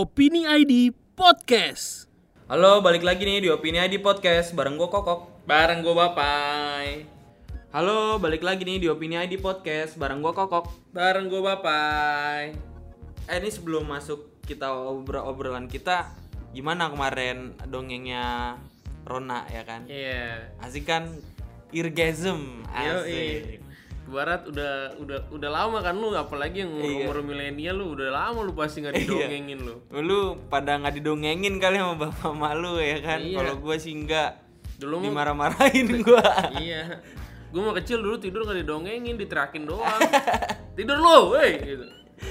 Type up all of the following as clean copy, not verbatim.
Opini ID Podcast. Halo, balik lagi nih di Opini ID Podcast bareng gue Kokok. Bareng gue Bapai. Halo, balik lagi nih di Opini ID Podcast bareng gue Kokok. Bareng gue Bapai. Ini sebelum masuk kita obrolan kita, gimana kemarin dongengnya Rona ya kan? Iya. Asik kan? Irgasm, asik. Barat udah lama kan lu, apalagi yang umur milenial lu udah lama lu pasti nggak didongengin lu. Lu pada nggak didongengin kali sama bapak malu ya kan? Iya. Kalau gue sih enggak. Dulu dimarah-marahin gue. Iya. Gue mau kecil dulu tidur nggak didongengin, diterakin doang. Tidur lu, weh gitu.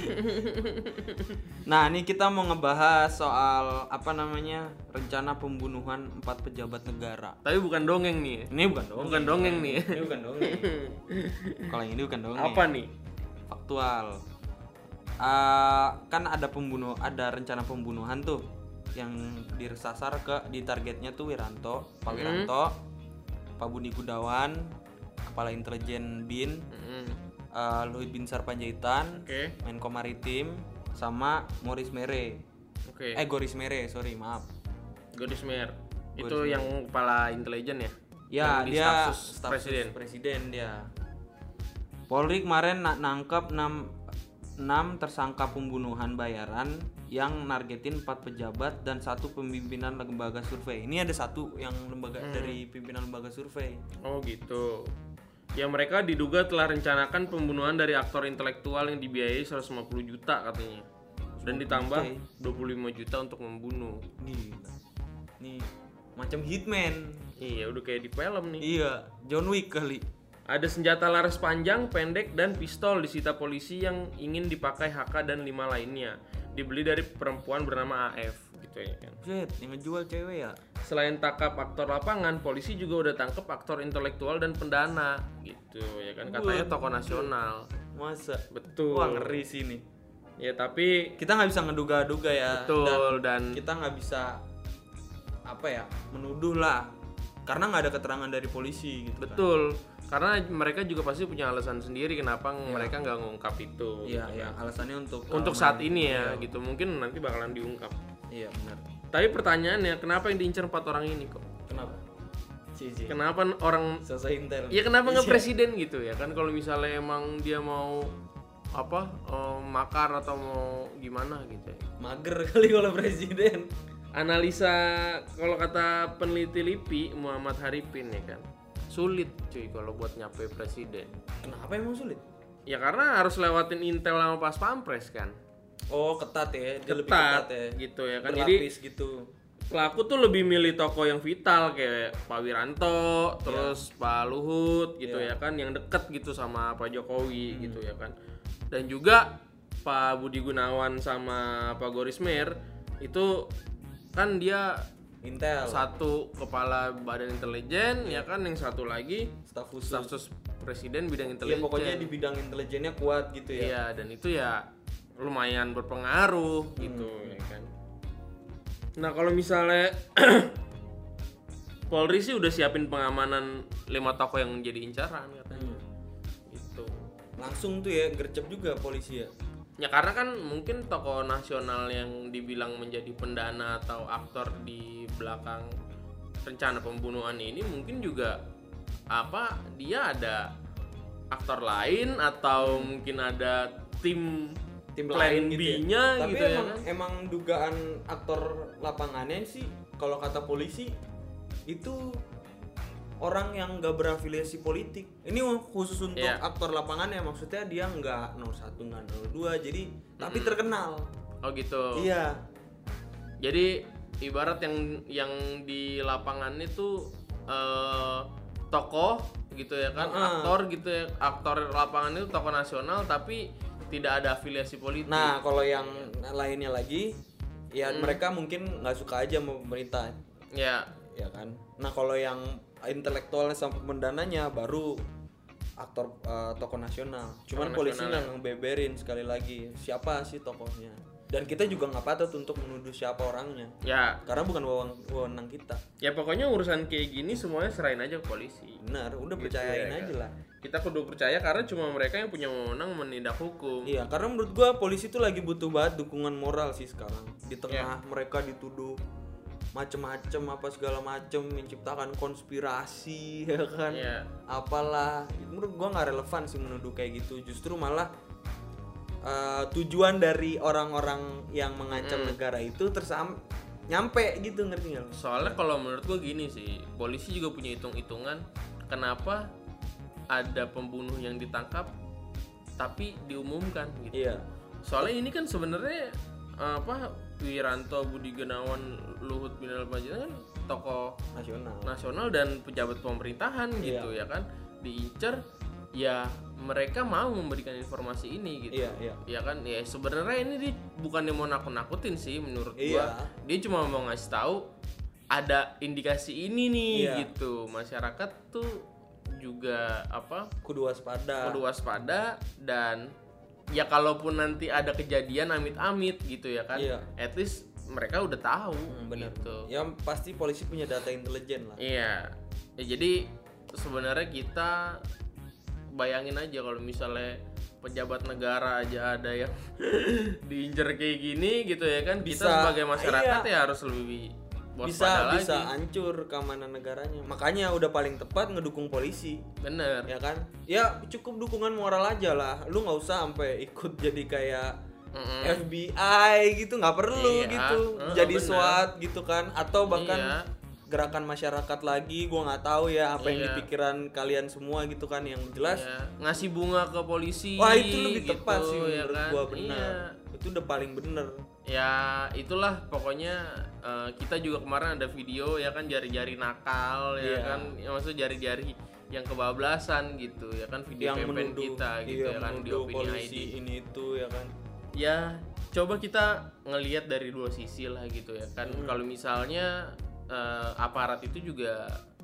Nah, ini kita mau ngebahas soal rencana pembunuhan 4 pejabat negara. Tapi bukan dongeng nih. Ini bukan dongeng. Bukan dongeng nih. Ini bukan dongeng. Kalau yang ini bukan dongeng. Apa nih? Faktual. Kan ada rencana pembunuhan tuh yang disasar di targetnya tuh Wiranto, Pak Wiranto, Pak Budi Gunawan, Kepala Intelijen BIN, Luhut Binsar Panjaitan, Menko Maritim, sama Goris Mere, maaf. Goris Mere. Itu yang kepala intelijen ya? Ya, yang dia stafsus presiden dia. Polri kemarin nangkep 6 tersangka pembunuhan bayaran yang nargetin 4 pejabat dan 1 pemimpinan lembaga survei. Ini ada 1 yang dari pimpinan lembaga survei. Oh gitu. Ya mereka diduga telah rencanakan pembunuhan dari aktor intelektual yang dibiayai 150 juta katanya. Dan ditambah 25 juta untuk membunuh. Nih macam hitman. Iya, udah kayak di film nih. Iya, John Wick kali. Ada senjata laras panjang, pendek, dan pistol disita polisi yang ingin dipakai HK dan 5 lainnya. Dibeli dari perempuan bernama AF gitu ya kan. Shit, yang ngejual cewek ya. Selain tangkap aktor lapangan, polisi juga udah tangkap aktor intelektual dan pendana gitu ya kan. Katanya tokoh nasional. Masa? Betul. Wah, ngeri sih nih. Ya tapi kita nggak bisa ngeduga-duga ya. Betul, dan kita nggak bisa menuduh lah, karena nggak ada keterangan dari polisi gitu. Betul, karena mereka juga pasti punya alasan sendiri kenapa mereka nggak ngungkap itu. Iya, gitu ya, alasannya untuk saat ini ya, gitu. Mungkin nanti bakalan diungkap. Iya, benar. Tapi pertanyaannya, kenapa yang diincar 4 orang ini kok? Kenapa? Kenapa orang selesai intel? Ya kenapa nggak presiden gitu ya kan? Kalau misalnya emang dia mau makar atau mau gimana gitu ya. Mager kali kalau presiden. Analisa kalau kata peneliti LIPI Muhammad Haripin ya kan, sulit cuy kalau buat nyampe presiden. Kenapa emang sulit? Ya karena harus lewatin intel sama pas pampres kan. Oh, ketat ya. Dia lebih ketat ya. Gitu ya kan. Berlapis Jadi gitu. Pelaku tuh lebih milih tokoh yang vital kayak Pak Wiranto, terus Pak Luhut gitu ya kan, yang deket gitu sama Pak Jokowi gitu ya kan. Dan juga Pak Budi Gunawan sama Pak Goris Mere itu kan dia intel, satu kepala badan intelijen ya kan, yang satu lagi staf khusus presiden bidang intelijen. Ya pokoknya di bidang intelijennya kuat gitu ya. Iya, dan itu ya lumayan berpengaruh gitu ya kan. Nah kalau misalnya Polri sih udah siapin pengamanan 5 tokoh yang jadi incaran katanya. Gitu. Langsung tuh ya gercep juga polisi ya. Ya karena kan mungkin tokoh nasional yang dibilang menjadi pendana atau aktor di belakang rencana pembunuhan ini mungkin juga dia ada aktor lain atau mungkin ada tim lain gitu B-nya gitu. Tapi ya kan? emang dugaan aktor lapangannya sih kalau kata polisi itu orang yang nggak berafiliasi politik. Ini khusus untuk aktor lapangan ya, maksudnya dia nggak 01 nggak 02 jadi tapi terkenal. Oh gitu. Iya. Jadi ibarat yang di lapangan itu tokoh gitu ya kan, aktor gitu ya, aktor lapangan itu tokoh nasional tapi tidak ada afiliasi politik. Nah kalau yang lainnya lagi ya mereka mungkin nggak suka aja sama pemerintah. Ya kan. Nah kalau yang intelektualnya sampai pendananya baru aktor tokoh nasional. Cuman polisi nggak ngebeberin sekali lagi siapa sih tokohnya. Dan kita juga nggak patut untuk menuduh siapa orangnya. Ya. Karena bukan wewenang kita. Ya pokoknya urusan kayak gini semuanya serahin aja ke polisi. Benar, udah gitu percayain aja lah. kita kudu percaya karena cuma mereka yang punya wewenang menindak hukum. Iya, karena menurut gua polisi tuh lagi butuh banget dukungan moral sih sekarang. Di tengah mereka dituduh macem-macem apa segala macem, menciptakan konspirasi ya kan. Apalah, menurut gua nggak relevan sih menuduh kayak gitu. Justru malah tujuan dari orang-orang yang mengancam negara itu nyampe gitu, ngerti nggak? Soalnya kalau menurut gua gini sih, polisi juga punya hitung-hitungan kenapa ada pembunuh yang ditangkap tapi diumumkan gitu. Iya. Soalnya ini kan sebenarnya Wiranto, Budi Gunawan, Luhut Binnal Panjaitan kan tokoh nasional dan pejabat pemerintahan gitu ya kan, diincar ya mereka mau memberikan informasi ini gitu. Ya kan, ya sebenarnya ini bukannya mau nakut-nakutin sih menurut gua. Dia cuma mau ngasih tahu ada indikasi ini nih gitu. Masyarakat tuh juga kudu waspada dan ya kalaupun nanti ada kejadian amit-amit gitu ya kan, at least mereka udah tahu gitu. Ya pasti polisi punya data intelijen lah. Iya. Ya, jadi sebenarnya kita bayangin aja kalau misalnya pejabat negara aja ada yang diincar kayak gini gitu ya kan, kita sebagai masyarakat ya harus lebih bisa hancur keamanan negaranya. Makanya udah paling tepat ngedukung polisi. Bener. Ya kan? Ya cukup dukungan moral aja lah. Lu nggak usah sampai ikut jadi kayak FBI gitu, nggak perlu gitu. Jadi SWAT gitu kan? Atau bahkan gerakan masyarakat lagi, gua nggak tahu ya apa yang di pikiran kalian semua gitu kan. Yang jelas ngasih bunga ke polisi. Wah itu lebih gitu, tepat sih menurut kan? gua, benar. Itu udah paling bener. Ya itulah pokoknya. Kita juga kemarin ada video ya kan, jari-jari nakal ya kan, ya maksud jari-jari yang kebablasan gitu ya kan, video campaign kita gitu ya kan di Opini ID ini itu ya kan. Ya coba kita ngelihat dari dua sisi lah gitu ya kan. Kalau misalnya aparat itu juga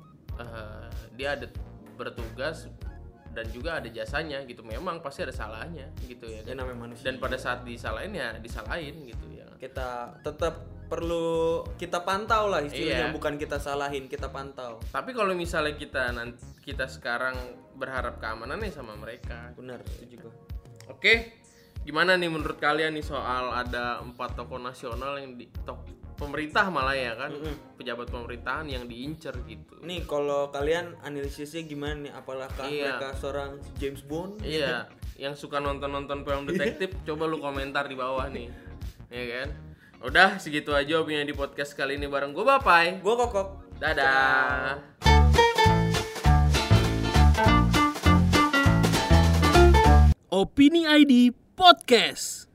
dia ada bertugas dan juga ada jasanya gitu, memang pasti ada salahnya gitu ya kan. Namanya manusia. Dan pada saat disalahin ya disalahin gitu ya. Kita tetap perlu kita pantau lah istilahnya, bukan kita salahin, kita pantau. Tapi kalau misalnya kita sekarang berharap keamanannya sama mereka. Benar, setuju gue. Oke, gimana nih menurut kalian nih soal ada 4 tokoh nasional yang pemerintah malah ya kan, pejabat pemerintahan yang diincer gitu. Nih kalau kalian analisisnya gimana nih? Apakah mereka seorang James Bond? Iya, yang suka nonton film detektif, coba lu komentar di bawah nih, ya kan? Udah segitu aja opini di podcast kali ini bareng gue Bapai, gue Kokok. Dadah. Opini ID Podcast.